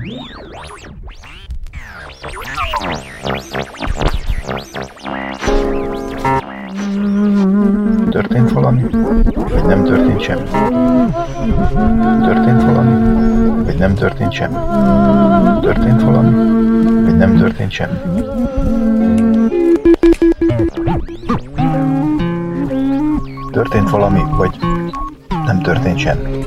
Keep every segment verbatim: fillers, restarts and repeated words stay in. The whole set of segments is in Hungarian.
Történt valami, vagy nem történt semmi? Történt valami, vagy nem történt semmi? Történt valami, vagy nem történt semmi? Történt valami, vagy nem történt semmi?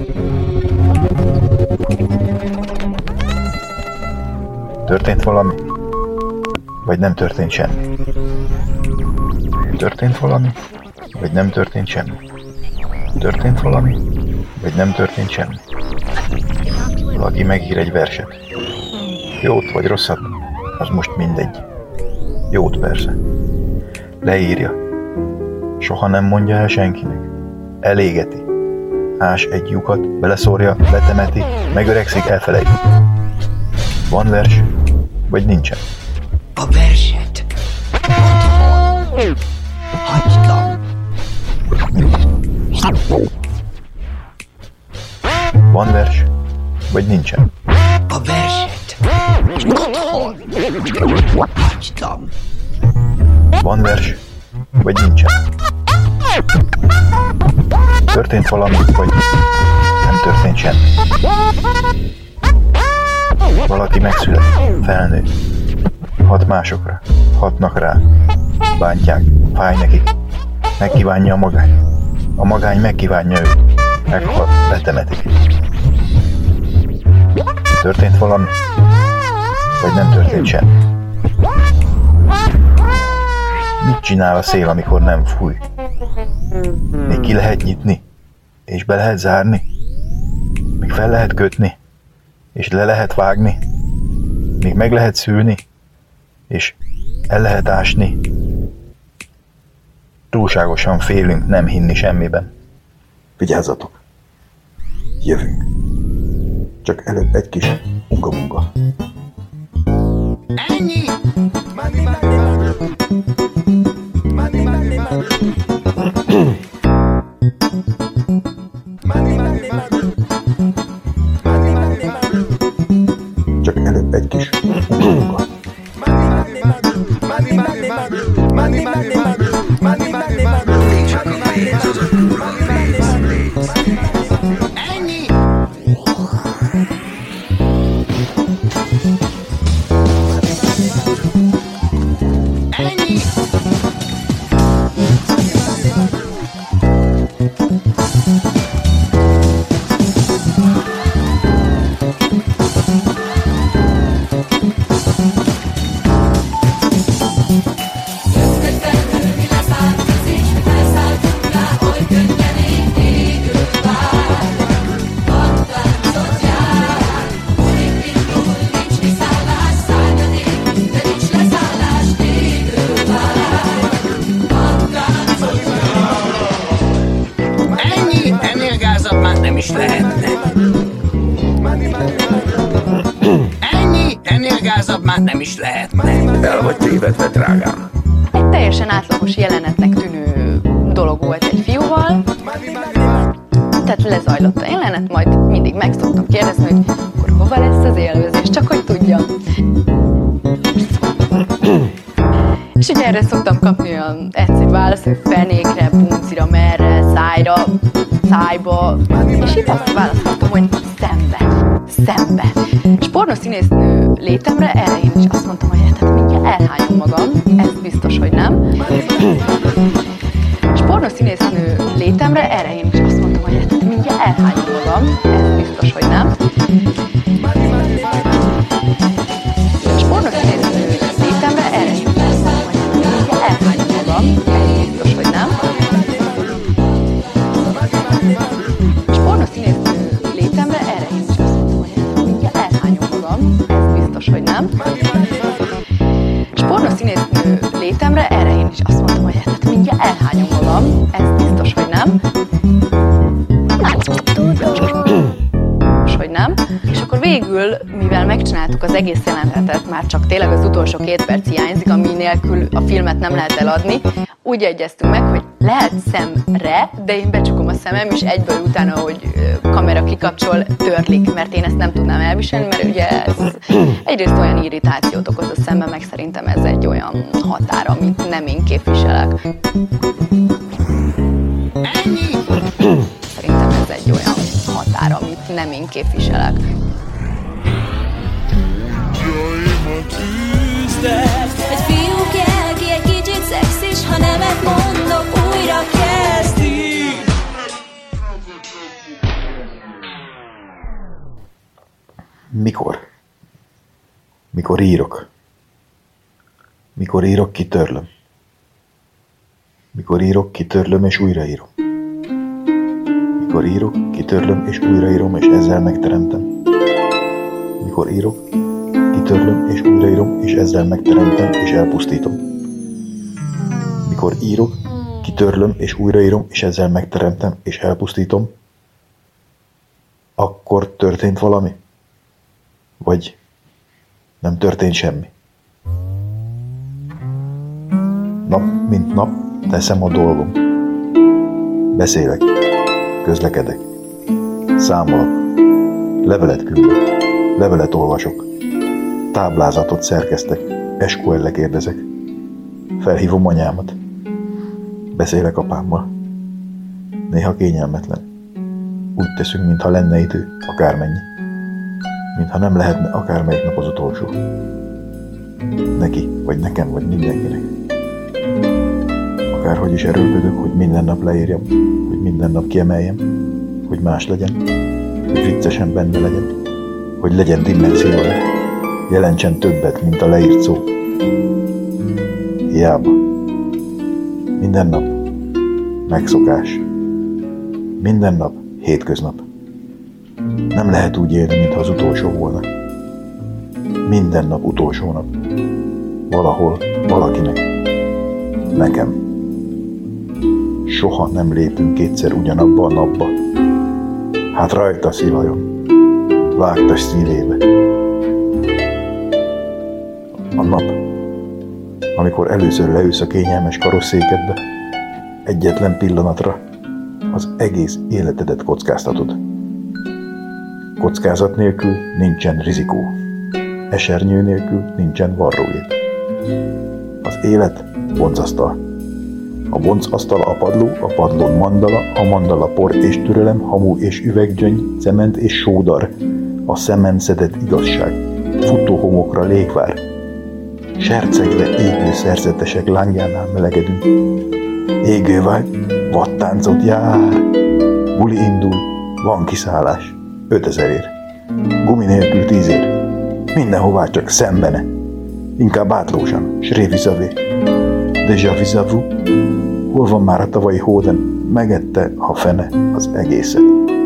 Történt valami, vagy nem történt semmi? Történt valami, vagy nem történt semmi? Történt valami, vagy nem történt semmi? Valaki megír egy verset. Jót vagy rosszat, az most mindegy. Jót persze. Leírja. Soha nem mondja el senkinek. Elégeti. Ás egy lyukat, beleszórja, letemeti, megöregszik, elfelejti. Van vers, vagy nincsen? A verset otthon hagytam. Van vers, vagy nincsen? A verset otthon hagytam. Van vers, vagy nincsen? Történt valami, vagy nem történt semmi? Valaki megszületik, felnő, hat másokra, hatnak rá, bántják, fáj nekik, megkívánja a magány, a magány megkívánja őt, meghal, letemetik. Történt valami, vagy nem történt semmi? Mit csinál a szél, amikor nem fúj? Még ki lehet nyitni, és be lehet zárni, még fel lehet kötni, és le lehet vágni, még meg lehet szülni, és el lehet ásni. Túlságosan félünk nem hinni semmiben. Vigyázzatok! Jövünk! Csak előbb egy kis unga-bunga. Ennyi! Csak előbb egy kis unga-bunga. Ennyi! Ennyi! Nem is lehetne. Ennyi, ennél gázabb már nem is lehetne. El vagy tévedve, drágám. Egy teljesen átlagos jelenetnek tűnő dolog volt egy fiúval. Tehát lezajlott a jelenet, majd mindig meg szoktam kérdezni, hogy akkor hova lesz az élvezés, csak hogy tudjam. És ugye erre szoktam kapni olyan egyszerű választ, hogy fenékre, puncira, merre, szájra, szájba, és itt azt választottam, hogy szembe, szembe. És pornószínésznő létemre erre én is azt mondtam, hogy hát mindjárt elhányom magam, ez biztos, hogy nem. És pornószínésznő létemre erre én is azt mondtam, hogy hát mindjárt elhányom magam, ez biztos, hogy nem. És pornószínésznő létemre erre is azt mondtam, hogy hát mindjárt elhányom magam, ez biztos, hogy nem. És pornószínésznő létemre erre én is azt mondtam, hogy hát mindjárt elhányom magam, ez biztos, hogy nem. És pornószínésznő létemre erre én is azt mondtam, hogy hát mindjárt elhányom magam, ez biztos, hogy nem. És hogy nem. És akkor végül, mivel mivel megcsináltuk az egész jelenetet, már csak tényleg az utolsó két perc hiányzik, ami nélkül a filmet nem lehet eladni, úgy egyeztünk meg, hogy lehet szemre, de én becsukom a szemem, és egyből utána, hogy kamera kikapcsol, törlik, mert én ezt nem tudnám elviselni, mert ugye ez egyrészt olyan irritációt okoz a szemben, meg szerintem ez egy olyan határ, amit nem én képviselek. Szerintem ez egy olyan határ, amit nem én képviselek. Egy fiú kell, ki egy kicsit szexis, ha nemet mondok, újra kezdi. Mikor? Mikor írok? Mikor írok, kitörlöm. Mikor írok, kitörlöm és újraírom. Mikor írok, kitörlöm és újraírom, és ezzel megteremtem. Mikor írok, kitörlöm és újraírom, és ezzel megteremtem, és elpusztítom. Mikor írok, kitörlöm és újraírom, és ezzel megteremtem, és elpusztítom, akkor történt valami? Vagy nem történt semmi? Nap mint nap teszem a dolgom. Beszélek, közlekedek, számolok, levelet küldök, levelet olvasok, táblázatot szerkesztek, es kú el-le kérdezek, felhívom anyámat, beszélek apámmal. Néha kényelmetlen. Úgy teszünk, mintha lenne idő, akármennyi. Mintha nem lehetne akármelyik nap az utolsó. Neki, vagy nekem, vagy mindenkinek. Akárhogy is erőlködök, hogy minden nap leírjam, hogy minden nap kiemeljem, hogy más legyen, hogy viccesen benne legyen, hogy legyen dimenziója, jelentsen többet, mint a leírt szó. Hiába. Minden nap megszokás. Minden nap hétköznap. Nem lehet úgy élni, mintha az utolsó volna. Minden nap utolsó nap. Valahol, valakinek. Nekem. Soha nem lépünk kétszer ugyanabba a napba. Hát rajta szilajon. Vágtas szívébe. A nap, amikor először leülsz a kényelmes karosszékedbe, egyetlen pillanatra az egész életedet kockáztatod. Kockázat nélkül nincsen rizikó. Esernyő nélkül nincsen varrógép. Az élet boncasztal. A boncasztal a padló, a padlón mandala, a mandala por és türelem, hamu és üveggyöngy, cement és sódar, a szemen szedett igazság, futóhomokra légvár. Sercegve égő szerzetesek lángjánál melegedünk. Égővágy, vadtáncot jár, buli indul, van kiszállás, ötezerért. Gumi nélkül tízért. Mindenhová csak szembene. Inkább átlósan, s révizavé. Déjà vis-à-vous, hol van már a tavalyi hóden, megette a fene az egészet.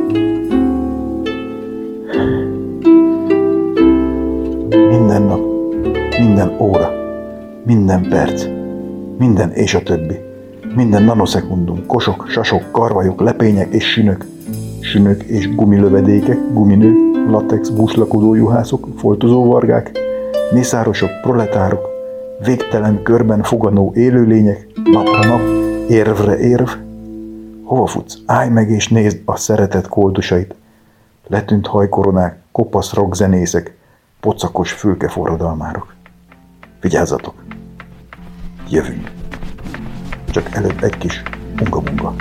Minden nap, minden óra, minden perc, minden és a többi, minden nanoszekundum, kosok, sasok, karvajok, lepények és sünök, sünök és gumilövedékek, guminők, latex, búslakodó juhászok, foltozó vargák, mészárosok, proletárok, végtelen körben foganó élőlények, napra nap, érvre érv. Hova futsz? Állj meg és nézd a szeretet koldusait. Letűnt hajkoronák, kopasz rockzenészek, pocakos fülke forradalmárok. Vigyázzatok! Jövünk! Csak előbb egy kis unga-bunga.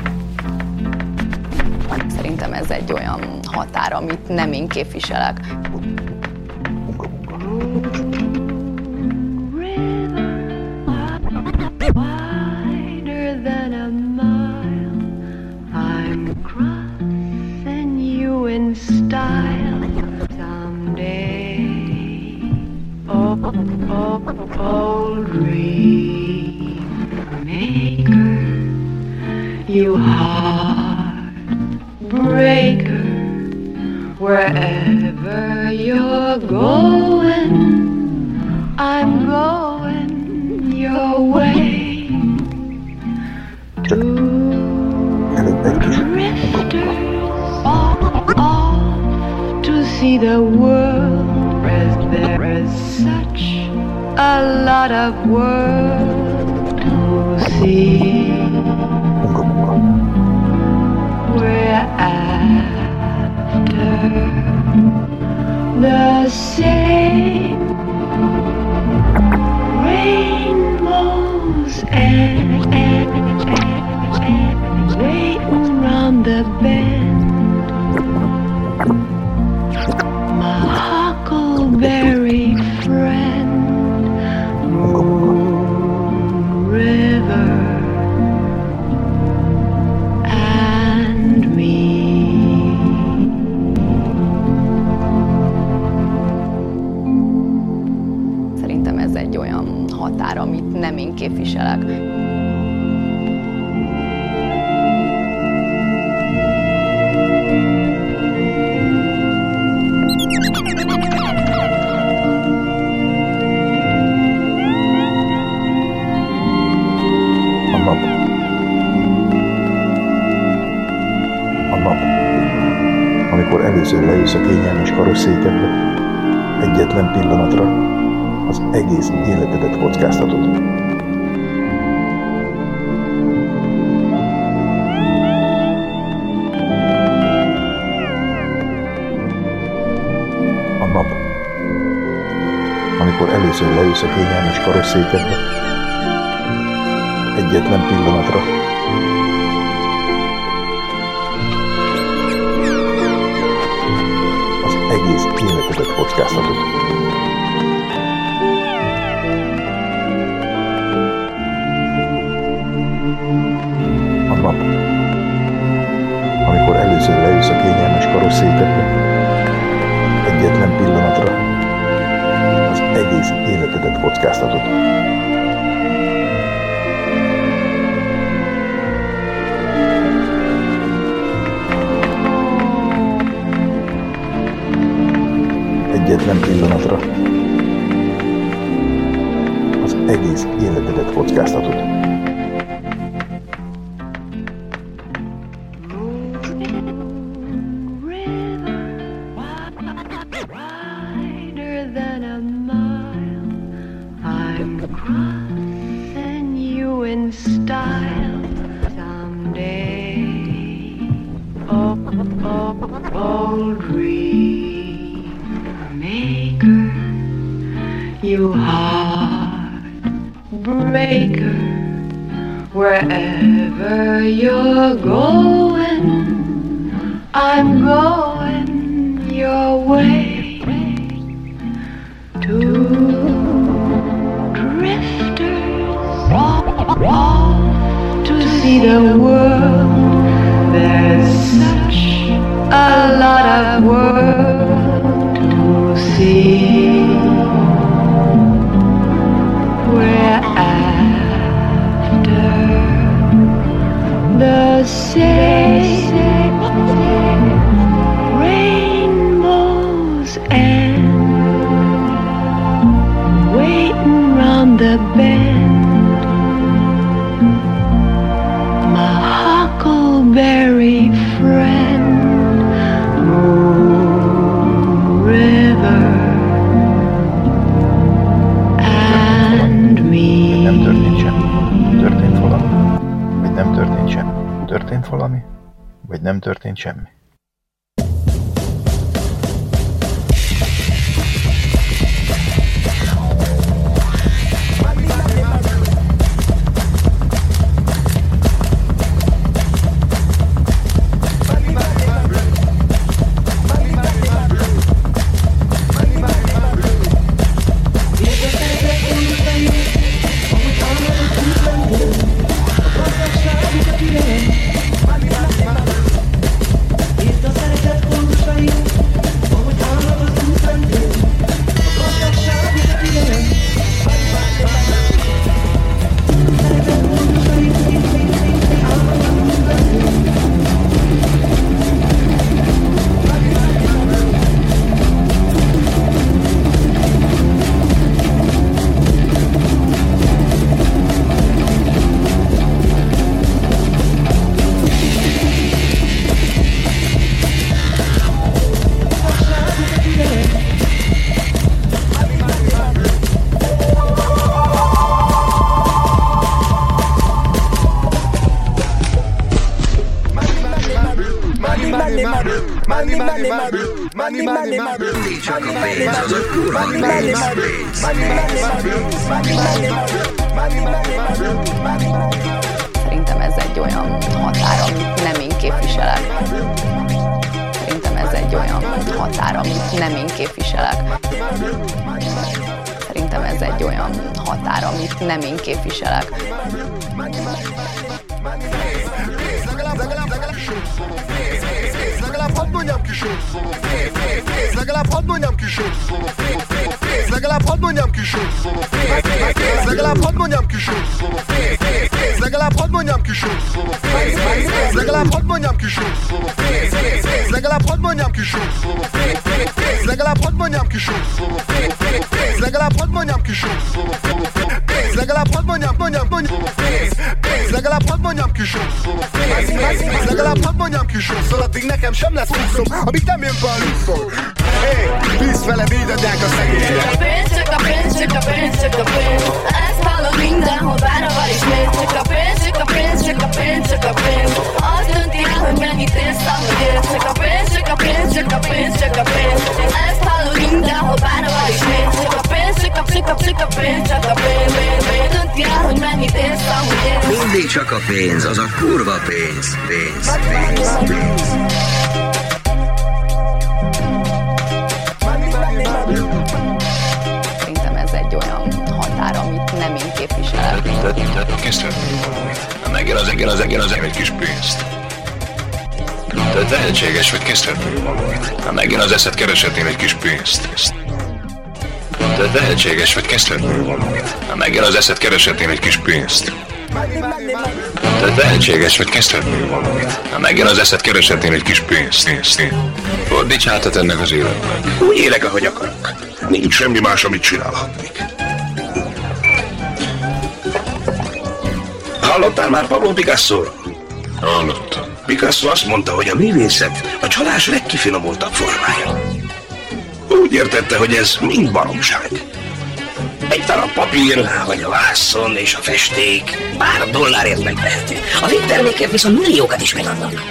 Szerintem ez egy olyan határ, amit nem én képviselek. Wider than a mile, I'm crossing you in style someday. Oh, oh, oh, dream maker, you heartbreaker, wherever you're going, I'm going your way. Csak előbb egy kis Drifters all, all to see the world. a lot of world to see. We're after the same rainbows and, and, and, and waiting round the bend. My huckleberry friend, Moon River and me. Szerintem ez egy olyan határ, amit nem én képviselek. Amikor először leülsz a kényelmes karosszékedbe, egyetlen pillanatra az egész életedet kockáztatod. A nap. Amikor először leülsz a kényelmes karosszékedbe, egyetlen pillanatra egész életedet kockáztatod. A nap. Amikor először leülsz a kényelmes karosszékedbe, egyetlen pillanatra az egész életedet kockáztatod. Egyetlen pillanatra az egész életedet kockáztatod. Wider than a mile, I'm crossing you in style someday. Oh, oh, oh, dream maker, you heartbreaker, wherever you're going, I'm going your way. Two drifters off, off to see the world. There's such a lot of world to see. We're after the same rainbows and waiting round the bend. My huckleberry friend, Moon River and me. Nem történt semmi. Történt valami. Vagy nem történt semmi. Történt valami. Vagy nem történt semmi. Money, money, money. Mindig csak a pénz, az a kurva pénz, pénz. Szerintem ez egy olyan határ, amit nem én képviselek. Szerintem ez egy olyan határ, amit nem én képviselek. Szerintem ez egy olyan határ, amit nem én képviselek. Legalább hadd mondjam ki sót. Legalább hadd mondjam ki sót. Legalább hadd mondjam ki sót. Legalább hadd mondjam ki sót. Legalább hadd mondjam ki sót. Legalább hadd mondjam ki sót. Legalább hadd mondjam ki sót. Legalább hadd mondjam ki sót. Legalább hadd mondjam ki sót. Legalább hadd mondjam, mondjam, mondjam. Legalább hadd mondjam ki sót. Legalább hadd mondjam ki sót. Szóval addig nekem sem lesz fúszom, amíg nem jön be a luxor. Hey, bízz vele, védedják a szegényre. Csak a pénz, csak a pénz, csak a pénz, csak a pénz. Ezt hallod mindenhol, bárhol ismét. Csak a pénz, csak a pénz, csak a pénz, csak a pénz. Az dönti el, hogy mennyit érsz, ahogy érsz. Csak a pénz, csak a pénz, csak a pénz, csak a pénz. Ezt hallod mindenhol, bárhol ismét. Csak a pénz, csak a csak a csak a pénz, csak a pénz. Dönti el, hogy mennyit érsz, ahogy érsz. Mindig csak a pénz, az a kurva pénz, pénz, pénz, pénz. Szerintem ez egy olyan határ, amit nem én képviselek. Készíteni valamit. Megér az egér az egér az egér egy kis pénzt. Te tehetséges vagy, készíteni valamit. Megér az eszed, kereshetnél egy kis pénzt. Te tehetséges vagy, készíteni valamit. Megér az eszed, kereshetnél egy kis pénzt. Te tehetséges vagy, készíteni valamit. Megér az eszed, kereshetnél egy kis pénzt. Fordíts hátat ennek az életnek. Úgy élek, ahogy akarok. Nincs semmi más, amit csinálhatnék. Hallottál már Pablo Picasso-ról? Hallottam. Picasso azt mondta, hogy a művészet a csalás legkifinomultabb formája. Úgy értette, hogy ez mind baromság. Egy darab papír, vagy a vászon és a festék pár dollárért megvehető. A végtermékért viszont milliókat is megadnak.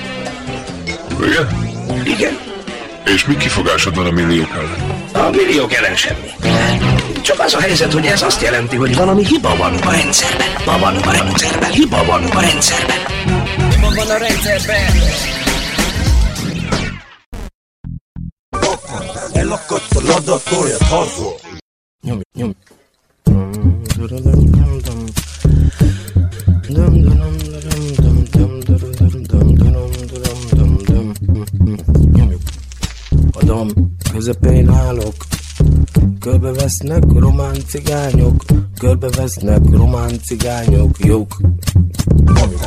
Igen? Igen. És mi kifogásod van a milliók ellen? A milliók ellen semmi. Csak az a helyzet, hogy ez azt jelenti, hogy valami hiba van a rendszerben. Hiba van a rendszerben. Hiba van a rendszerben. Hiba van a rendszerben. Elakadt a ladatóját, hazol. Nyomj, nyomj. Nyomjuk. A dom közepén állok. Körbevesznek román cigányok. Körbevesznek román cigányok. Jók. Nyomjuk.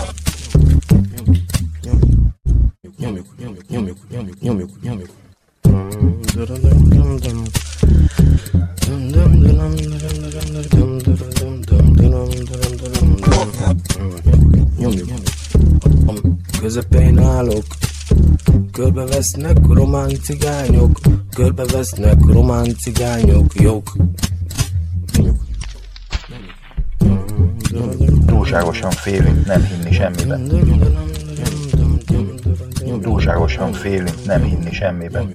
Nyomjuk, nyomjuk, nyomjuk, nyomjuk, nyomjuk, nyomjuk. Nyomjuk. Közepén állok. Körbevesznek román cigányok. Körbevesznek román cigányok. Jók. Túlságosan félünk nem hinni semmiben. Túlságosan félünk nem hinni semmiben.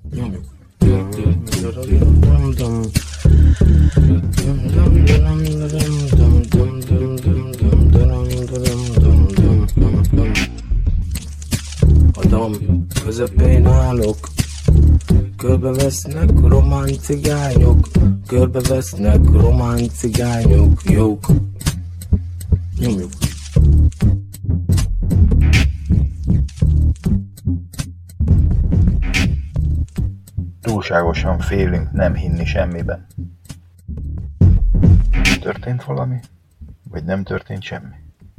A dom közepén állok. Körbevesznek román cigányok. Körbevesznek román cigányok. Jók. Nyomjuk. Túlságosan félünk nem hinni semmiben. Történt valami? Vagy nem történt semmi?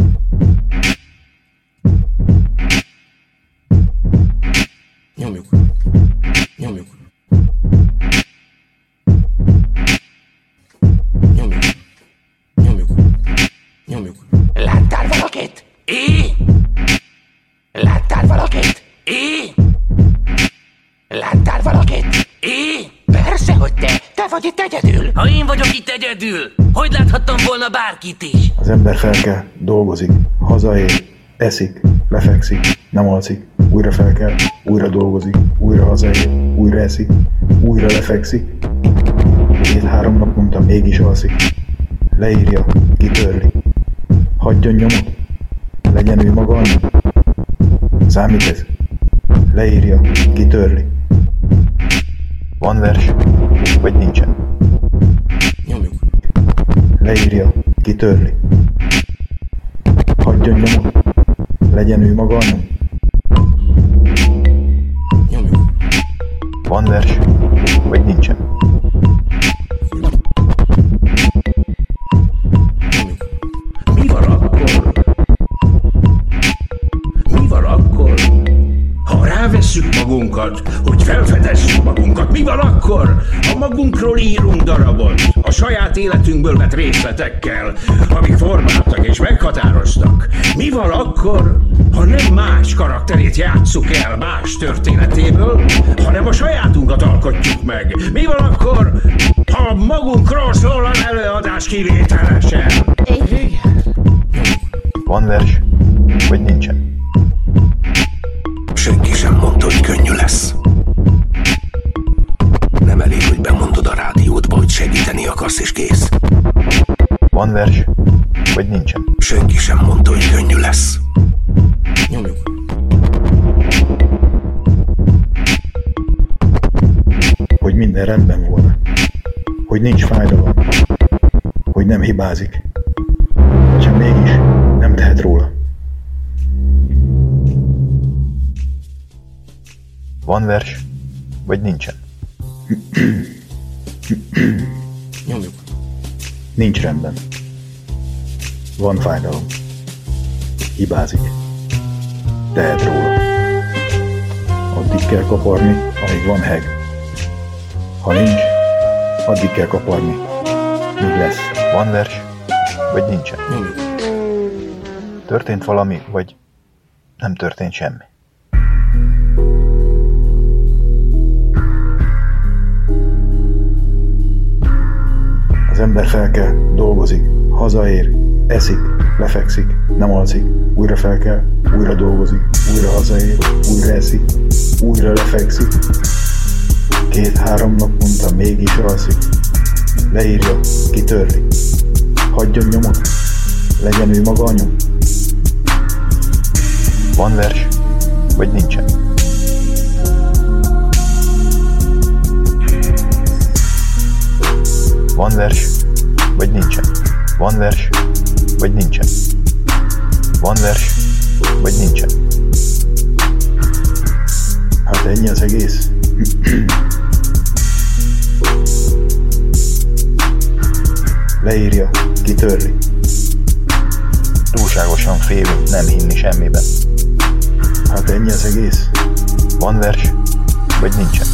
Nyomjuk. Nyomjuk. Nyomjuk. Nyomjuk. Nyomjuk. Láttál valakit? É? Láttál valakit? É? Láttál valakit? É? Persze, hogy te! Te vagy itt egyedül! Ha én vagyok itt egyedül, hogy láthattam volna bárkit is? Az ember fel kell, dolgozik, hazaér, eszik, lefekszik, nem alszik. újra felkel, újra dolgozik, újra hazaér, újra eszik, újra lefekszik. Két-három naponta mégis alszik. Leírja, kitörli. Hagyjon nyomot, legyen ő maga anyu. Számít ez? Leírja, kitörli. Van vers, vagy nincsen? Nyomjuk. Leírja, kitörli. Hagyjon nyomot, legyen ő maga anyu. Nyomjuk. Van vers, vagy nincsen? Nyomjuk. Mi van akkor? Mi van akkor? Ha rávesszük magunkat, hogy felfedezzük magunkat, mi van akkor? Ha magunkról írunk darabot, a saját életünkből vett részletekkel, amik formáltak és meghatároztak. Mi van akkor, ha nem más karakterét játsszuk el más történetéből, hanem a sajátunkat alkotjuk meg? Mi van akkor, ha magunkról szól az előadás kivételesen? Van vers, vagy nincsen? Senki sem mondta, hogy könnyű lesz. Nem elég, hogy bemondod a rádiódba, hogy segíteni akarsz, és kész. Van vers, vagy nincsen? Senki sem mondta, hogy könnyű lesz. Nyomjuk. Hogy minden rendben volna. Hogy nincs fájdalom. Hogy nem hibázik. Vagy ha mégis, nem tehet róla. Van vers, vagy nincsen? Nyomjuk. Nincs rendben. Van fájdalom. Hibázik. Tehet róla. Addig kell kaparni, amíg van heg. Ha nincs, addig kell kaparni, míg lesz. Van vers, vagy nincsen? Nyomjuk. Történt valami, vagy nem történt semmi? Az ember felkel, dolgozik, hazaér, eszik, lefekszik, nem alszik, újra felkel, újra dolgozik, újra hazaér, újra eszik, újra lefekszik. Két-három naponta mégis alszik. Leírja, kitörli. Hagyjon nyomot, legyen ő maga anyu. Van vers, vagy nincsen? Van vers, vagy nincsen? Van vers, vagy nincsen? Van vers, vagy nincsen? Hát ennyi az egész. Leírja, kitörli. Túlságosan félünk nem hinni semmiben. Hát ennyi az egész. Van vers, vagy nincsen?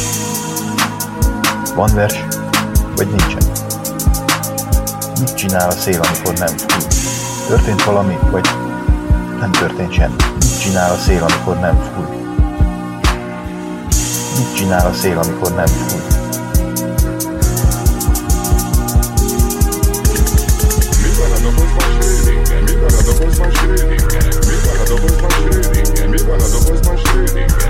Van vers, vagy nincsen? Mit csinál a szél, amikor nem fúj? Történt valami, vagy nem történt semmi? Mit csinál a szél, amikor nem fúj? Mit csinál a szél, amikor nem fúj? Mi van a dobozban, Schrödinger? Mi van a dobozban, Schrödinger? Mi van a dobozban, Schrödinger? Mi van a dobozban, Schrödinger?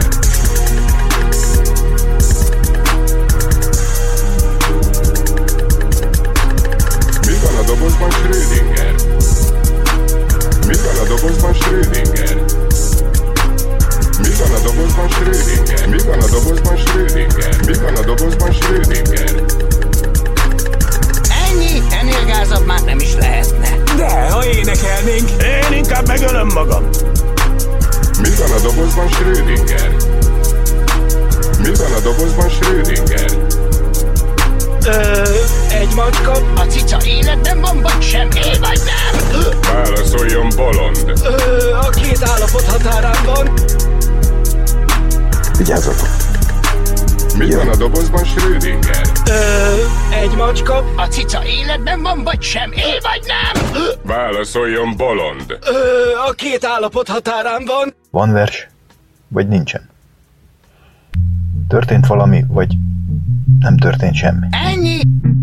Mi van a dobozban, Schrödinger? Mi van a dobozban, Schrödinger? Mi van a dobozban, Schrödinger? Mi van a dobozban, Schrödinger? Mi van a dobozban, Schrödinger? Ennyi? Ennél gázabb már nem is lehetne. De, ha énekelnénk, én inkább megölöm magam. Mi van a dobozban, Schrödinger? Mi van a dobozban, Schrödinger? Ö, egy macska. A cica életben van, vagy sem, él vagy nem? Válaszoljon, bolond. Ö, a két állapot határán van. Vigyázzatok. Mi van a dobozban, Schrödinger? Ö, egy macska. A cica életben van, vagy sem, él vagy nem? Válaszoljon, bolond. Ö, a két állapot határán van. Van vers, vagy nincsen? Történt valami, vagy nem történt semmi? Ennyi?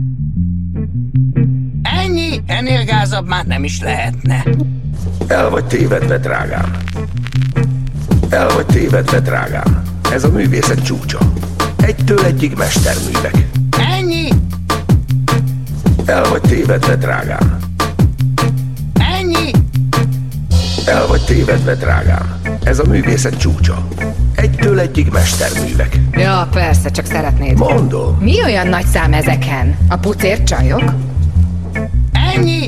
Ennyi? Ennél gázabb már nem is lehetne. El vagy tévedve, drágám. El vagy tévedve, drágám. Ez a művészet csúcsa. Egytől egyig mesterművek. Ennyi! El vagy tévedve, drágám. Ennyi! El vagy tévedve, drágám. Ez a művészet csúcsa. Egytől egyig mesterművek. Ja, persze, csak szeretnéd. Mondom. Mi olyan nagy szám ezeken? A pucér csajok? Ennyi!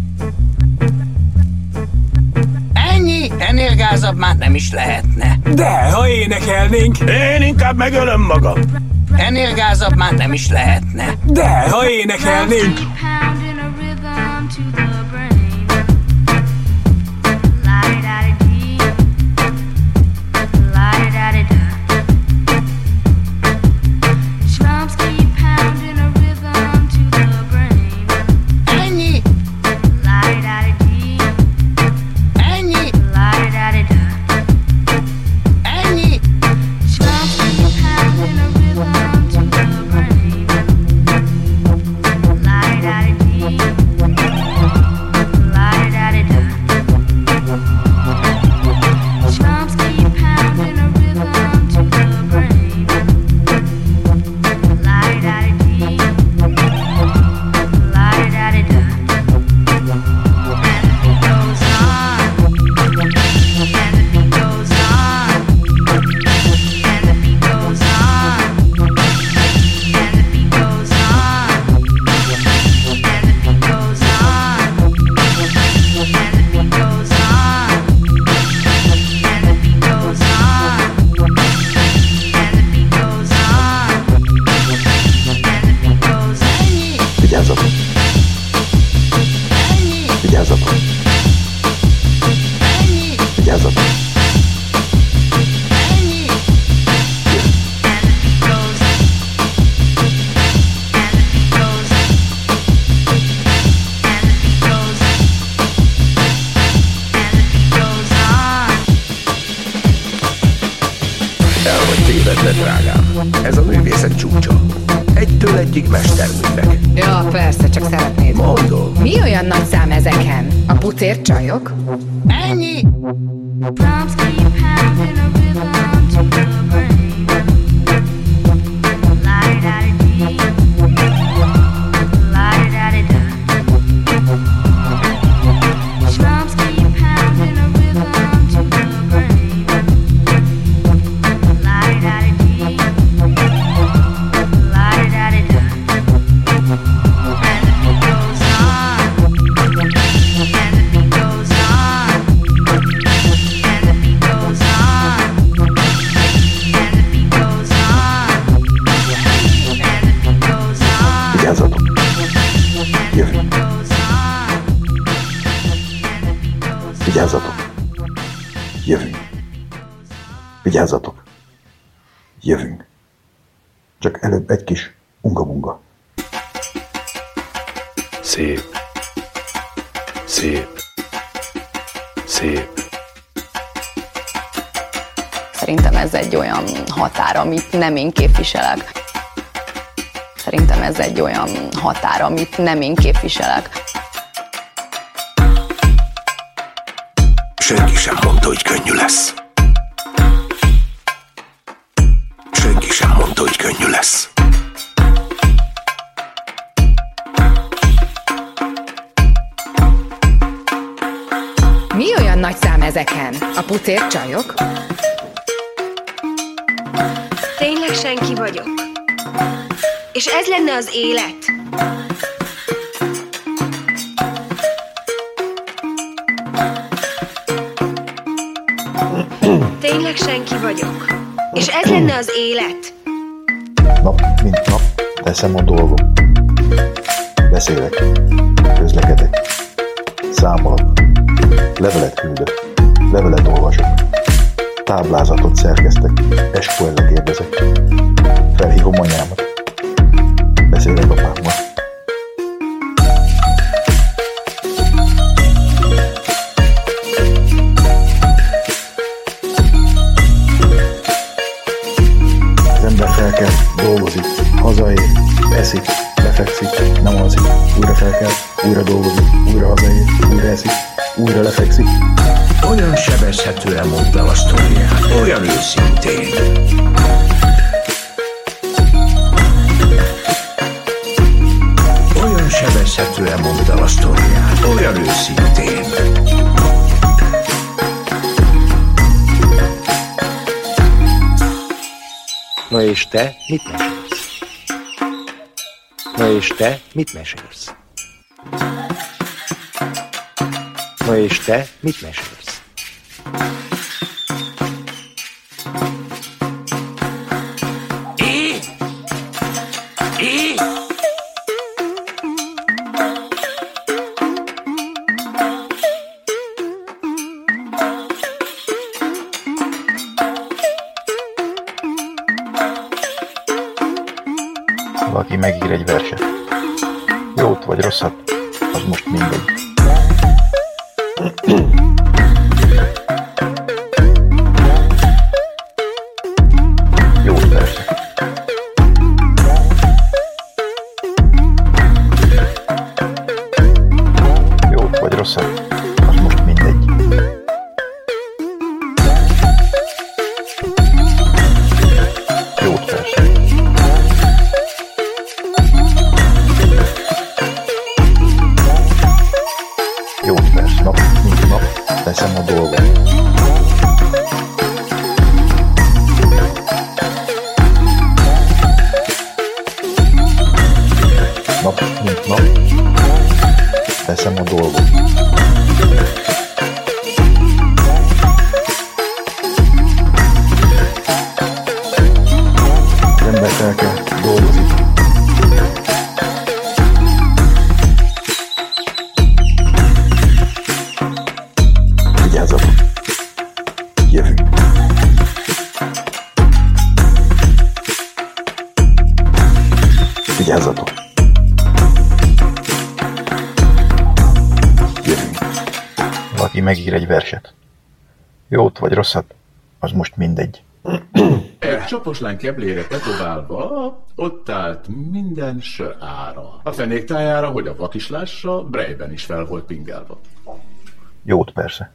Ennyi! Ennél gázabb már nem is lehetne. De, ha énekelnénk, én inkább megölöm magam. Ennél gázabb már nem is lehetne. De, ha énekelnénk. Ez a művészet csúcsa. Egytől egyig mesterművek. Ja, persze, csak szeretnéd. Mondom. Mi olyan nagy szám ezeken? A pucér csajok? Ennyi! Vigyázzatok! Jövünk! Vigyázzatok! Jövünk! Csak előbb egy kis unga-bunga. Szép. Szép. Szép. Szerintem ez egy olyan határ, amit nem én képviselek. Szerintem ez egy olyan határ, amit nem én képviselek. Senki sem mondta, hogy könnyű lesz. Senki sem mondta, hogy könnyű lesz. Mi olyan nagy szám ezeken? A pucér csajok? Tényleg senki vagyok. És ez lenne az élet? Tényleg senki vagyok. És ez lenne az élet? Nap mint nap teszem a dolgom. Beszélek, közlekedek, számolok, levelet küldök, levelet olvasok, táblázatot szerkeztek, esküvőre kérdezek, felhívom anyámat, beszélek apámmal. Az ember fel kell, dolgozik, hazaér, eszik, lefekszik, nem alszik, újra fel kell, újra dolgozik, újra hazaér, újra eszik, újra lefekszik. Olyan sebezhetően mondta el a sztoriát, olyan őszintén. Olyan sebezhetően mondta el a sztoriát, olyan őszintén. Na és te mit mesélsz? Na és te mit mesélsz? Na és te mit mesélsz? É! É! Valaki megír egy verset. Jót vagy rosszat, az most mindegy. Jót persze. Jót vagy rosszat, az most mindegy. Jót persze. Jót persze, nap, mint nap, teszem a dolgom. Nap, mint nap, teszem a dolgom. Az embert el kell dolgozni. Vigyázzatok! Jövünk! Vigyázzatok! Jövünk! Valaki megír egy verset. Jót vagy rosszat, az most mindegy. Egy csapos lány keblére tetoválva, ott állt minden sö ára. A fenék tájára, hogy a vak is lássa, Brejben is fel volt pingálva. Jót persze.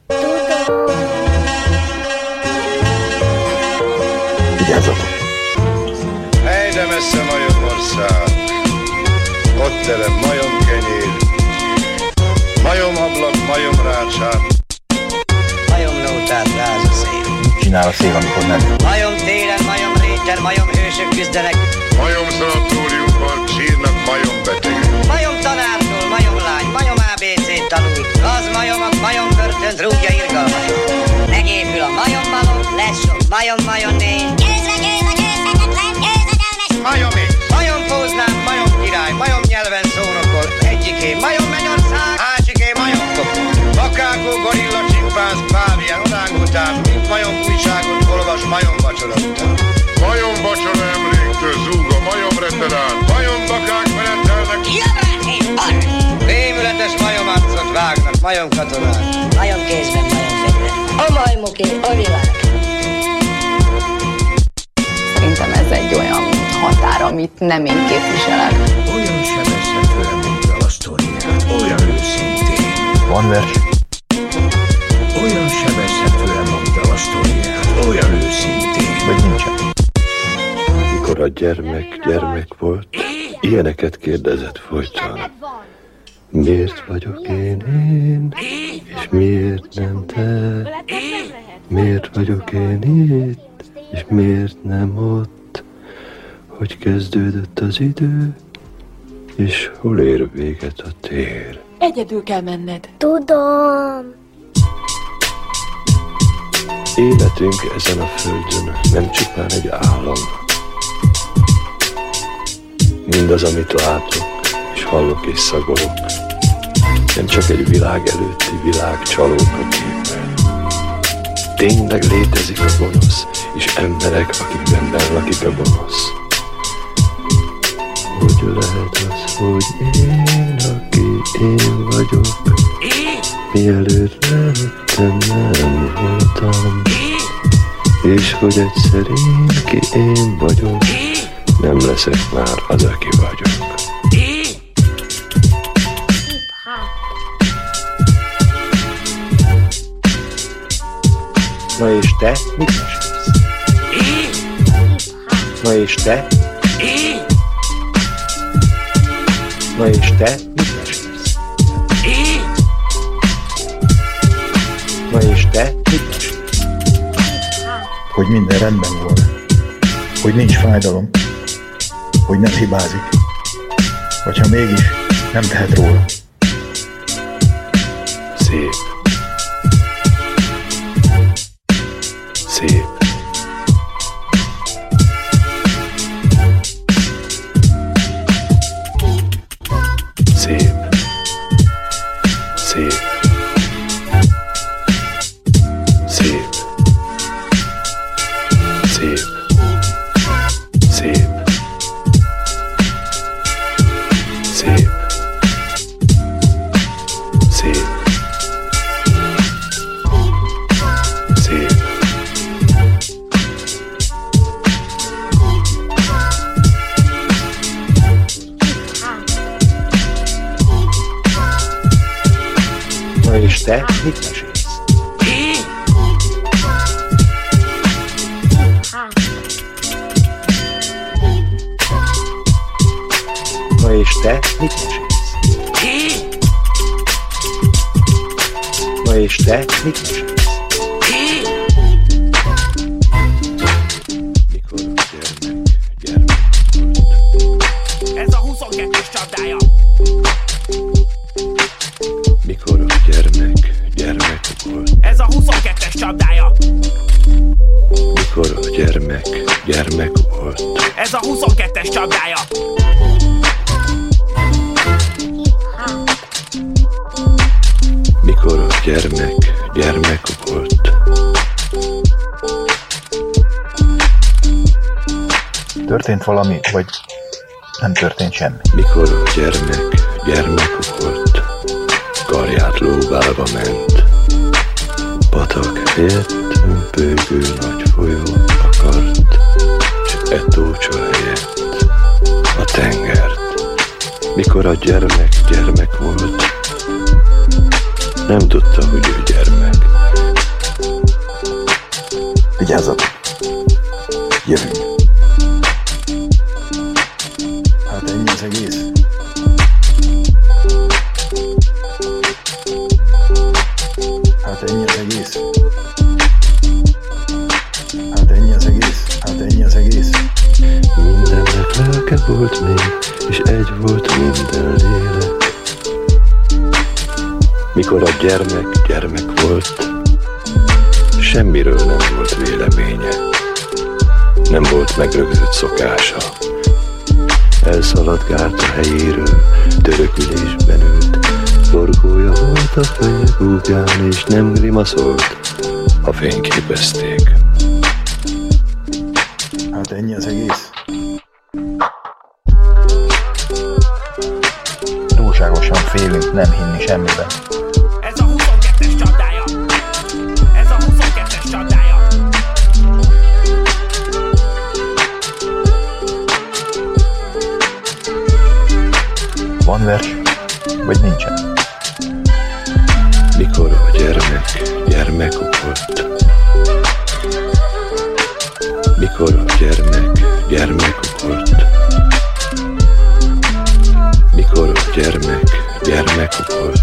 Vigyázzatok! Helyde messze majomország, ott terem majomkenyér, majomablak, majomrácsát, Majomnótát ráz a szél. Csinál a szél, amikor nem. Majom téren, majom réten, majom hősök küzdenek. majom szanatóriumban sírnak majombetegek. Majom tanártól, majom lány, majom á bé cét tanul. Gaz majomok, majom börtönt rúgja irgalmasan. Megépül a majommalom, lesz sok majom-majom négy. Győzve, győzve, győzhetetlen, győzedelmes. Majomé! Majom póznám, majom király, majom nyelven szónokol. Egyiké majom mennyország, másiké majom kopó. Bakákó, gorilla, csimpánz, pávián, orángután, mint majom újságot olvas majom vacsora után. Majom vacsora emléktől zúg a majom reterán, majom bakák menetelnek. Javrát és arra! Rémületes majomarcot vágnak majom katonák. Majom kézben, majom fegyver. A majmoké a világ. Szerintem ez egy olyan határ, amit nem én képviselek. Olyan sebezhetően mondta el a sztoriát, olyan őszintén. Van vers? Olyan sebezhetően mondta el a sztoriát, olyan őszintén. Vagy nincsen? Mikor a gyermek gyermek volt, ilyeneket kérdezett folyton. Miért vagyok én én, és miért nem te? Miért vagyok én itt, és miért nem ott? Hogy kezdődött az idő, és hol ér véget a tér? Egyedül kell menned. Tudom. Életünk ezen a földön nem csupán egy állam. Mindaz, amit látok, és hallok és szagolok, nem csak egy világ előtti világ csalók a képen. Tényleg létezik a gonosz, és emberek, akikben lakik a gonosz. Hogy lehet az, hogy én, aki én vagyok, mielőtt lehettem, nem voltam, és hogy egyszer én, ki én vagyok, nem leszek már az, aki vagyok. Na és te mit mesélsz? Na és te? Na és te mit mesélsz? Na és te mit mesélsz? Hogy minden rendben volt. Hogy nincs fájdalom. Hogy nem hibázik. Vagy ha mégis, nem tehet róla. Szép. Szép. Szép. Szép. Szép. Szép. Szép. Szép. Szép. Szép. Na és te mit mesélsz? Na és te mit mesélsz? Na és te mit mesélsz? Mikor a gyermek, gyermek Ez a huszonkettes csapdája. Mikor a gyermek, gyermek volt. Ez a huszonkettes csapdája. Mikor a gyermek, gyermek volt. Ez a huszonkettes csapdája. Mikor a gyermek, gyermek volt. Történt valami, vagy nem történt semmi? Mikor a gyermek, gyermek volt. Karját lóbálva ment. Patak helyett ömpölygő nagy folyót akart, s e tócsa helyett a tengert. Mikor a gyermek, gyermek volt, nem tudta, hogy ő gyermek. Vigyázzatok! Jövünk! Hát ennyi az egész. Hát ennyi az egész. Hát ennyi az egész. Hát ennyi az egész. Mindennek lelke volt még, és egy volt minden lélek. Mikor a gyermek, gyermek volt, semmiről nem volt véleménye. Nem volt megrögzött szokása. Elszaladgált a helyéről, törökülésben ült. Forgója volt a feje búgán, és nem grimaszolt, ha fényképezték. Hát ennyi az egész. Túlságosan félünk nem hinni semmiben. Ez a huszonkettes csapdája. Ez a huszonkettes csapdája. Van vers, vagy nincsen? Mikor a gyermek, gyermek volt. Mikor a gyermek, gyermek volt. Mikor a gyermek, gyermek volt.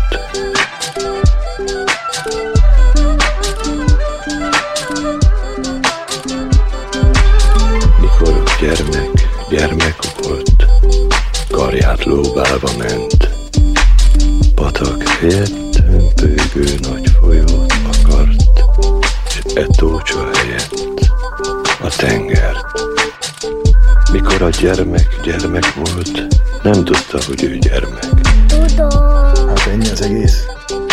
Mikor a gyermek, gyermek volt. Karját lóbálva ment. Patak helyett ömpölygő nagy folyót akart, s e tócsa helyett a tengert. Mikor a gyermek, gyermek volt, nem tudta, hogy ő gyermek. Hát ennyi az egész.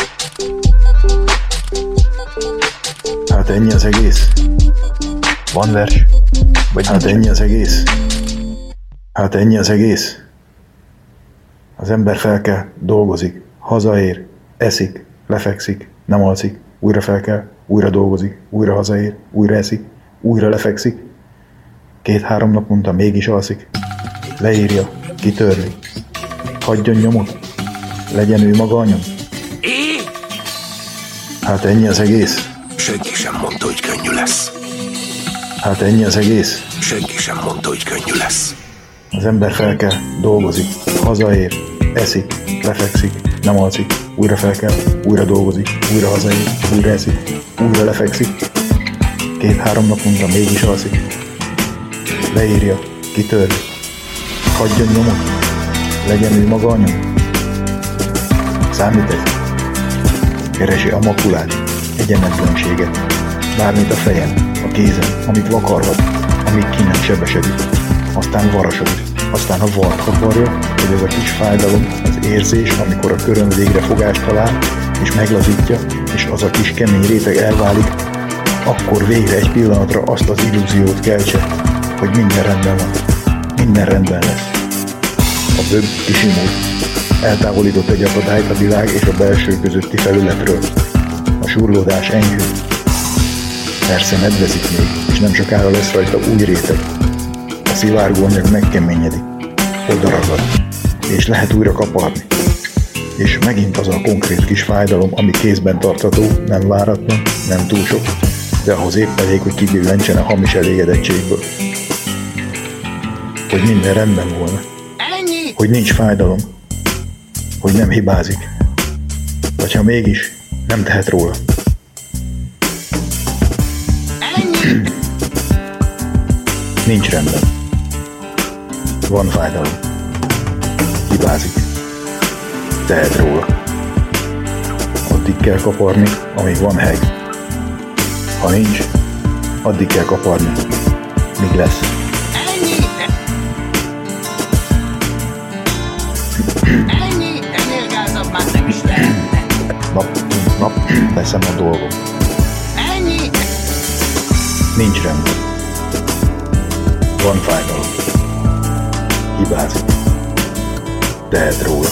Hát ennyi az egész. Van vers, vagy Hát nincsen? ennyi az egész. Hát ennyi az egész. Az ember fel kell, dolgozik, hazaér, eszik, lefekszik, nem alszik, újra fel kell, újra dolgozik, újra hazaér, újra eszik, újra lefekszik. Két-három naponta mégis alszik. Leírja, kitörli. Hagyjon nyomot. Legyen ő maga anya. Hát ennyi az egész. Senki sem mondta mondta, hogy könnyű lesz. Hát ennyi az egész? Senki sem mondta, hogy könnyű lesz. Az ember fel kell, dolgozik, hazaér, eszik, lefekszik, nem alszik, újra fel kell, újra dolgozik, újra hazaér, újra eszik, újra lefekszik. Két-három naponta mégis alszik. Leírja, kitörli, hagyjon nyomot, legyen ő maga a nyom. Számít ez? Keresi a makulát, egyenletlenséget, bármit a fejen, a kézen, amit vakarhat, amíg ki nem sebesedik. Aztán varasodik, aztán a vart kaparja, hogy ez a kis fájdalom, az érzés, amikor a körön végre fogást talál, és meglazítja, és az a kis kemény réteg elválik, akkor végre egy pillanatra azt az illúziót keltse, hogy minden rendben van, minden rendben lesz. A böbb kisimult, eltávolított egy akadályt a világ és a belső közötti felületről. A surlódás enyhül. Persze nedvezik még, és nem sokára lesz rajta új réteg. A szivárgó anyag megkeményedik, odaragad, és lehet újra kaparni. És megint az a konkrét kis fájdalom, ami kézben tartható, nem váratlan, nem túl sok, de ahhoz épp elég, hogy kibillentsen a hamis elégedettségből. Hogy minden rendben volna. Hogy nincs fájdalom. Hogy nem hibázik. Vagy ha mégis, nem tehet róla. Nincs rendben. Van fájdalom. Hibázik. Tehet róla. Addig kell kaparni, amíg van heg. Ha nincs, addig kell kaparni, míg lesz. Ennyi, ennél gázabb már nem is lehetne. Nap, mint nap, teszem a dolgom. Ennyi! Nincs rendben. Van fájdalom. Hibázik. Tehet róla.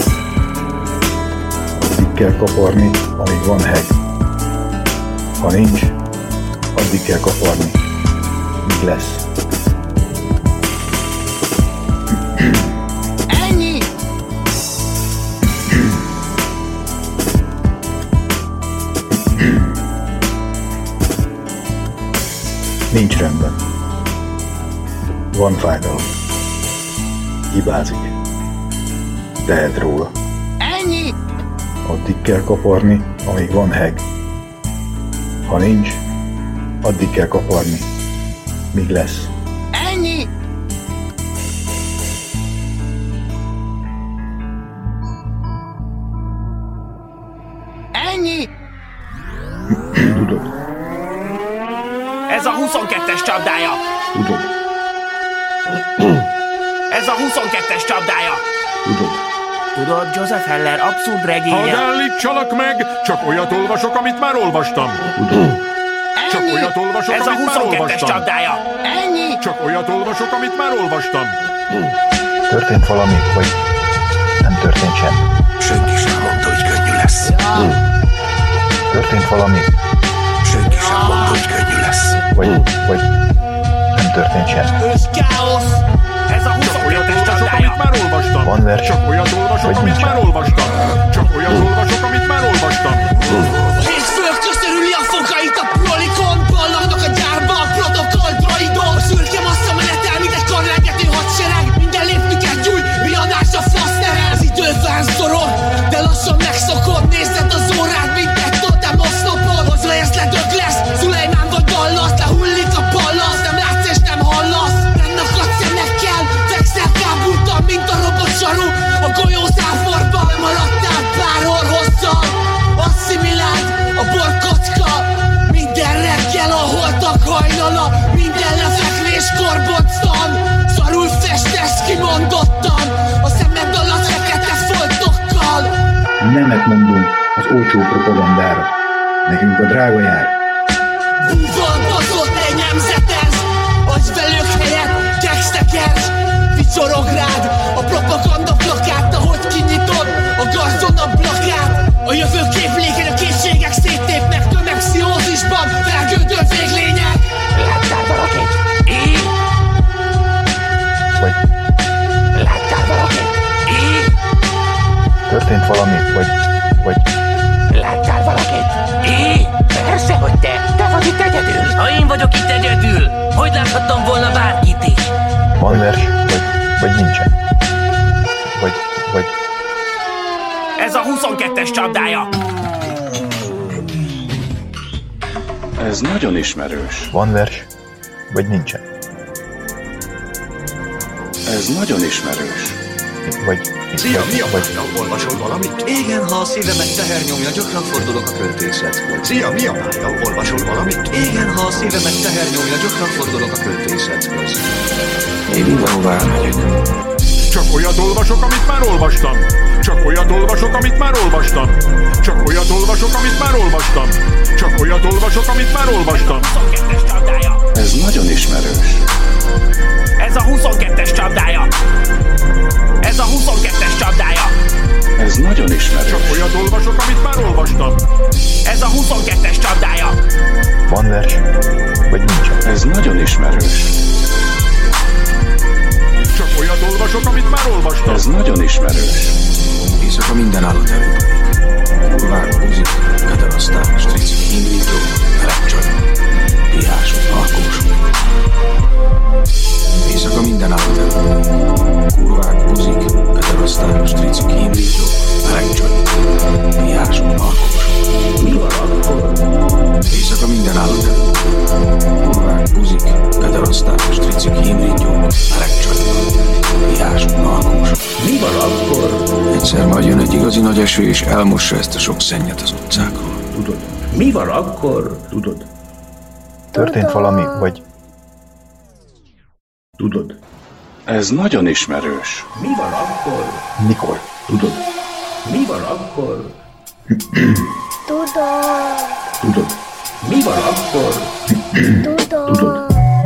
Addig kell kaparni, amíg van heg. Ha nincs, addig kell kaparni, míg lesz. Ennyi! Nincs rendben. Van fájdalom. Hibázik. Tehet róla. Ennyi! Addig kell kaparni, amíg van heg. Ha nincs, addig kell kaparni, míg lesz. Ennyi! Ennyi! Tudod. Ez a huszonkettes csapdája! Tudod. Ez a huszonkettes csapdája! Tudod. Tudod, Joseph Heller abszurd regénye. Hadd állítsalak meg, csak olyat olvasok, amit már olvastam. Csak olyat olvasok, Ez a amit már huszonkettes olvastam. csapdája. Ennyi! Csak olyat olvasok, amit már olvastam. Történt valami, vagy nem történt semmi? Senki sem mondta, hogy könnyű lesz. Történt valami? Senki sem mondta, hogy könnyű lesz. Vagy, vagy nem történt semmi? Ős káosz! Ez a huszonkettes csapdája. Amit már olvastam. Van vers? Csak olyat olvasok, Vagy amit nincs? már olvastam. Csak olyat olvasok, amit már olvastam. És fölköszörüli a fogait a prolikon. Ballagnak a gyárba a protokoll droidok. A szürke massza menetel, mint egy karlengető hadsereg. Minden léptüket gyújt, riadás a fasz terel. Az idő vánszorog, de lassan megszokod. Nézed az órád, mint egy totem oszlopod. Hozva érsz le, dög lesz, Szulejmán vagy Dallas. Lehullik a ballasz, nem látsz és nem hallasz. Nem akad szemekkel, fekszel kábultan, mint a robotsaru. A golyó záforban maradtál párhor hosszal. Asszimiláld a borkocka. Minden reggel a holtak hajnala. Minden lefekvéskor boccan. Szarul festesz kimondottan. A szemed alatt fekete foltokkal. Nemet mondunk az olcsó propagandára. Nekünk a drága jár. Húval bazott egy nemzetez. Agyvelők helyett keksztekersz. Vicsorog rád a propaganda plakát. Ahogy kinyitod a gazdona plakát. A jövő képléken a készségek széttépnek. Tömegpszichózisban felgődő véglények. Láttál valakit? Én? Vagy Láttál valakit? Én? történt valami, vagy, vagy láttál valakit? Én? Persze, hogy te. Te vagy itt egyedül. Ha én vagyok itt egyedül, hogy láthattam volna bárkit is? Van vers, vagy, vagy nincsen? Vagy, vagy... Ez a huszonkettes csapdája. Ez nagyon ismerős. Van vers, vagy nincsen? Ez nagyon ismerős. Vagy... Szia, mi a vagy... bája? Olvasol valamit? Igen, ha a szívemet teher nyomja, gyakran fordulok a költészethez. Szia, mi a bája? Olvasol valamit? Igen, ha a szívemet teher nyomja, gyakran fordulok a költészethez. Én mindenhová megyek. Csak olyat olvasok, amit már olvastam. Csak olyat olvasok, amit már olvastam. Csak olyat olvasok, amit már olvastam. Csak olyat olvasok, amit már olvastam. Ez nagyon ismerős. Ez a huszonkettes csapdája. Ez a huszonkettes csapdája. Ez nagyon ismerős. Csak olyat olvasok, amit már olvastam. Ez a huszonkettes csapdája. Van vers, vagy nincsen? Ez nagyon ismerős. Csak olyat olvasok, amit már olvastam. Ez nagyon ismerős. Éjszaka minden állat előtt. Kurvák, buzik, kederasztál, strici, indító, melegcsaj, piások, alkósok. Éjszaka minden állat előtt. Kurvák, buzik, kederasztál, strici, indító, melegcsaj, piások, alkósok. Mi van akkor? Éjszaka minden állat előtt. Kurvák, buzik, kederasztál, strici, indító, melegcsaj, piások, alkósok. Mi van akkor? Egyszer majd jön egy igazi nagy eső, és elmossa ezt a sok szennyet az utcákról. Tudod? Mi van akkor? Tudod? Történt valami, vagy... Tudod? Ez nagyon ismerős. Mi van akkor? Mikor? Tudod? Mi van akkor? Tudom. Tudod? Mi van akkor? Tudom. Tudod?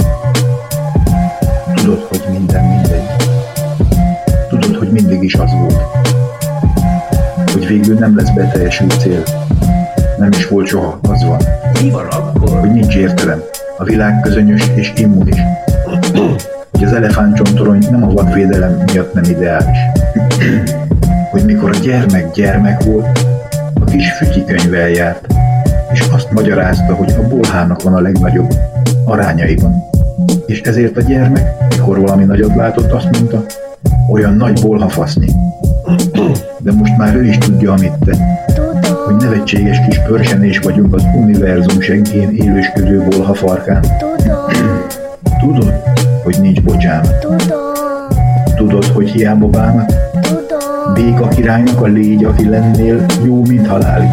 Tudod, hogy minden mindegy. Tudod, hogy mindig is az volt. Hogy végül nem lesz beteljesült cél. Nem is volt soha, az van. Mi van akkor? Hogy nincs értelem. A világ közönyös és immunis. Hogy az elefántcsontorony nem a vadvédelem miatt nem ideális. Hogy mikor a gyermek gyermek volt, a kis fütyikönyvvel járt, és azt magyarázta, hogy a bolhának van a legnagyobb arányaiban. És ezért a gyermek, mikor valami nagyot látott, azt mondta, olyan nagy bolhafaszni. De most már ő is tudja, amit te. Hogy nevetséges kis pörsenés vagyunk az univerzum seggén élősködő bolhafarkán. Tudod, hogy nincs bocsánat. Tudod, hogy hiába bánat. Béka királynak a légy, aki lennél, jó, mint halálig.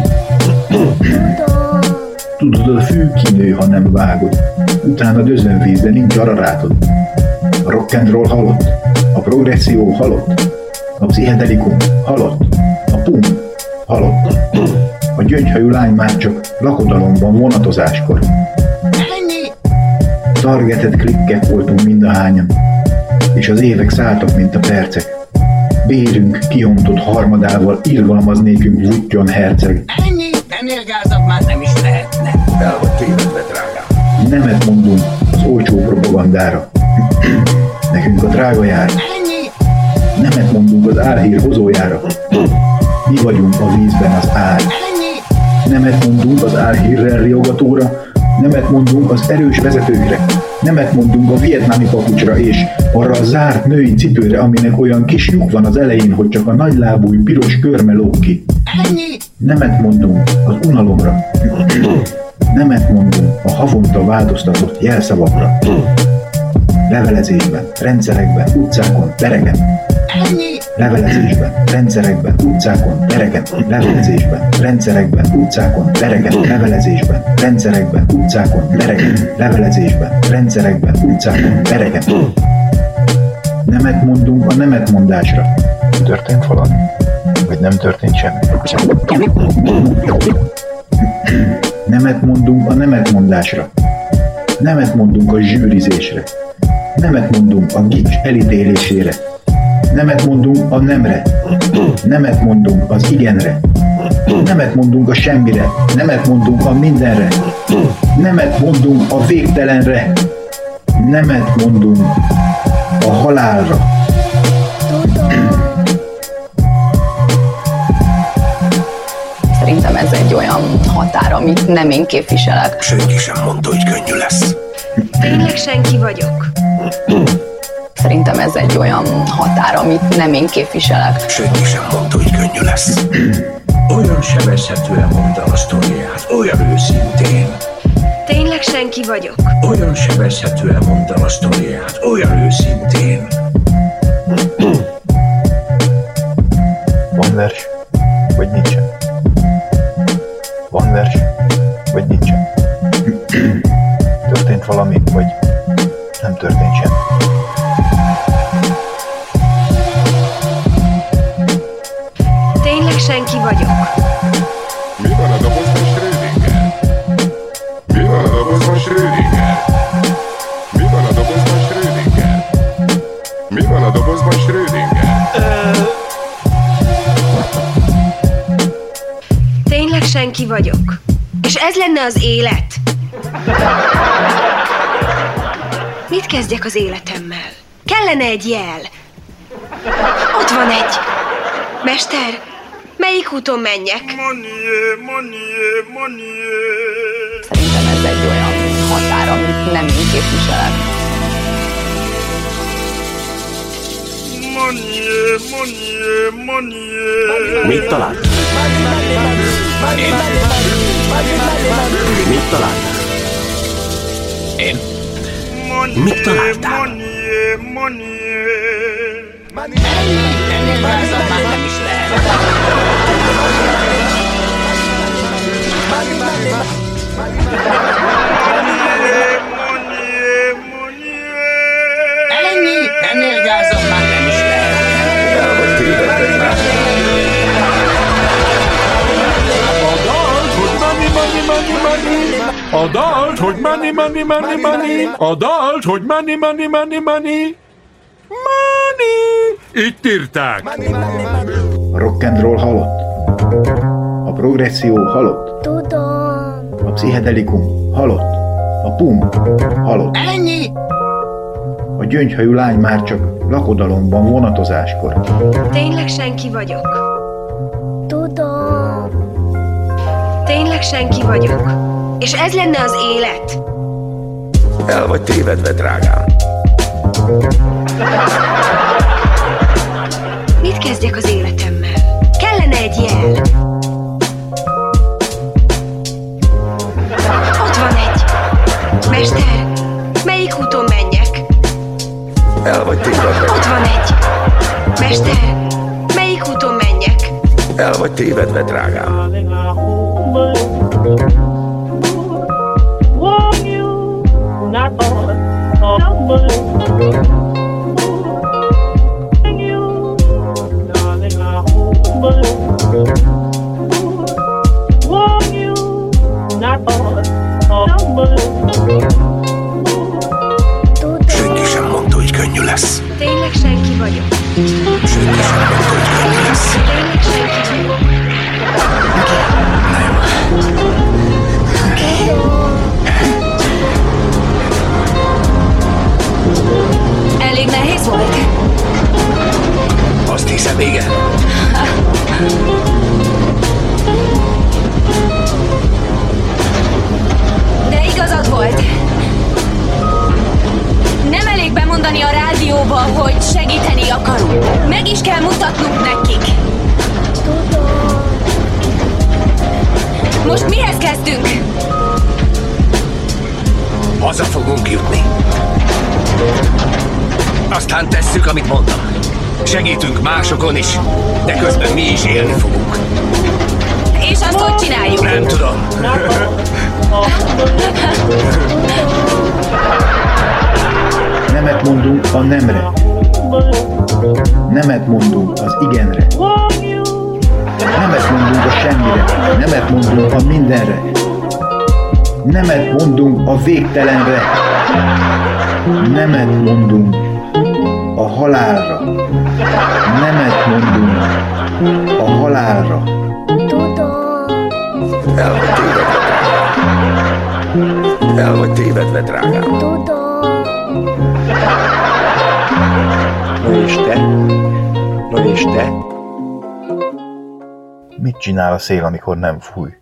Tudod, a fű kinő, ha nem vágod. Utána özönvíz, de nincs ararátod. A rock'n'roll halott. A progresszió halott. A pszichedelikum halott. A punk halott. A gyöngyhajú lány már csak lakodalomban vonatozáskor. Ennyi! Targeted klikkek voltunk mindahányan, és az évek szálltak, mint a percek. Bérünk kiontott harmadával irgalmaz nékünk Vutyon herceg. Ennyi! Ennél gázabb már nem is lehetne. El vagy tévedve, drágám. Nemet mondunk az olcsó propagandára. Nekünk a drága jár. Ennyi! Nemet mondunk az álhír hozójára. Mi vagyunk a vízben az ágy. Ennyi! Nemet mondunk az álhírrel riogatóra. Nemet mondunk az erős vezetőkre. Nemet mondunk a vietnámi papucsra és arra a zárt női cipőre, aminek olyan kis lyuk van az elején, hogy csak a nagylábúj piros körme lóg ki. Ennyi! Nemet mondunk az unalomra. Nemet mondunk a havonta változtatott jelszavakra. Levelezésben, rendszerekben, utcákon, tereken. Ennyi! Levelezésben, rendszerekben, utcákon, tereken. Levelezésben, rendszerekben, utcákon, tereken. Levelezésben, rendszerekben, utcákon, tereken. Levelezésben, rendszerekben, utcákon, tereken. Nemet mondunk a nemetmondásra. Történt valami? Vagy nem történt semmi? Nemet mondunk a nemetmondásra. Nemet mondunk a zsűrizésre. Nemet mondunk a gics elítélésére. Nemet mondunk a nemre. Nemet mondunk az igenre. Nemet mondunk a semmire. Nemet mondunk a mindenre. Nemet mondunk a végtelenre. Nemet mondunk a halálra. Szerintem ez egy olyan határ, amit nem én képviselek. Senki sem mondta, hogy könnyű lesz. Tényleg senki vagyok? Szerintem ez egy olyan határ, amit nem én képviselek. Senki sem mondta, hogy könnyű lesz. Olyan sebezhetően mondta a sztoriát, olyan őszintén. Tényleg senki vagyok? Olyan sebezhetően mondta a sztoriát, olyan őszintén. Van vers, vagy nincsen? Van vers, vagy nincsen? Történt valami, vagy nem történt semmi? Tényleg senki vagyok? Mi van a dobozban, Schrödinger? Mi van a dobozban, Schrödinger? Mi van a dobozban, Schrödinger? Mi van a dobozban, Schrödinger? Tényleg senki vagyok? És ez lenne az élet? Mit kezdjek az életemmel? Kellene egy jel. Ott van egy. Mester, melyik úton menjek? Szerintem ez egy olyan határ, amit nem én képviselek. Mit talált? Én? Mit találtál? Én? Mit találtál? Ennél másabb már nem is lehet. Ennyi, ennél gázabb már nem is lehet. El vagy tévedve már. A dalt, hogy money, money, money, money. A dalt, hogy money, money, money, money. Money! Itt írták. A rock and roll halott. A progresszió halott. Tudom. A pszichedelikum halott. A pum halott. Ennyi! A gyöngyhajú lány már csak lakodalomban vonatozáskor. Tényleg senki vagyok? Tudom. Tényleg senki vagyok? És ez lenne az élet? El vagy tévedve, drágám. Mit kezdjek az életemmel? Kellene egy jel. Ott van egy. Mester, melyik úton menjek? El vagy tévedve. Ott van egy. Mester, melyik úton menjek? El vagy tévedve, drágám. Senki sem mondta, hogy könnyű lesz. Tényleg senki vagyok? Senki sem mondta, hogy könnyű lesz. Tényleg senki vagyok? Elég nehéz volt? Azt hiszem, igen. De igazad volt. Nem elég bemondani a rádióba, hogy segíteni akarunk. Meg is kell mutatnunk nekik. Most mihez kezdünk? Haza fogunk jutni. Aztán tesszük, amit mondtam. Segítünk másokon is, de közben mi is élni fogunk. És azt hogy csináljuk? Nem tudom. Nemet mondunk a nemre. Nemet mondunk az igenre. Nemet mondunk a semmire. Nemet mondunk a mindenre. Nemet mondunk a végtelenre. Nemet mondunk a halálra. Nemet mondunk a halálra. El vagy tévedve, drágám. El vagy tévedve, drágám. Na és te? Na és te? mit csinál a szél, amikor nem fúj?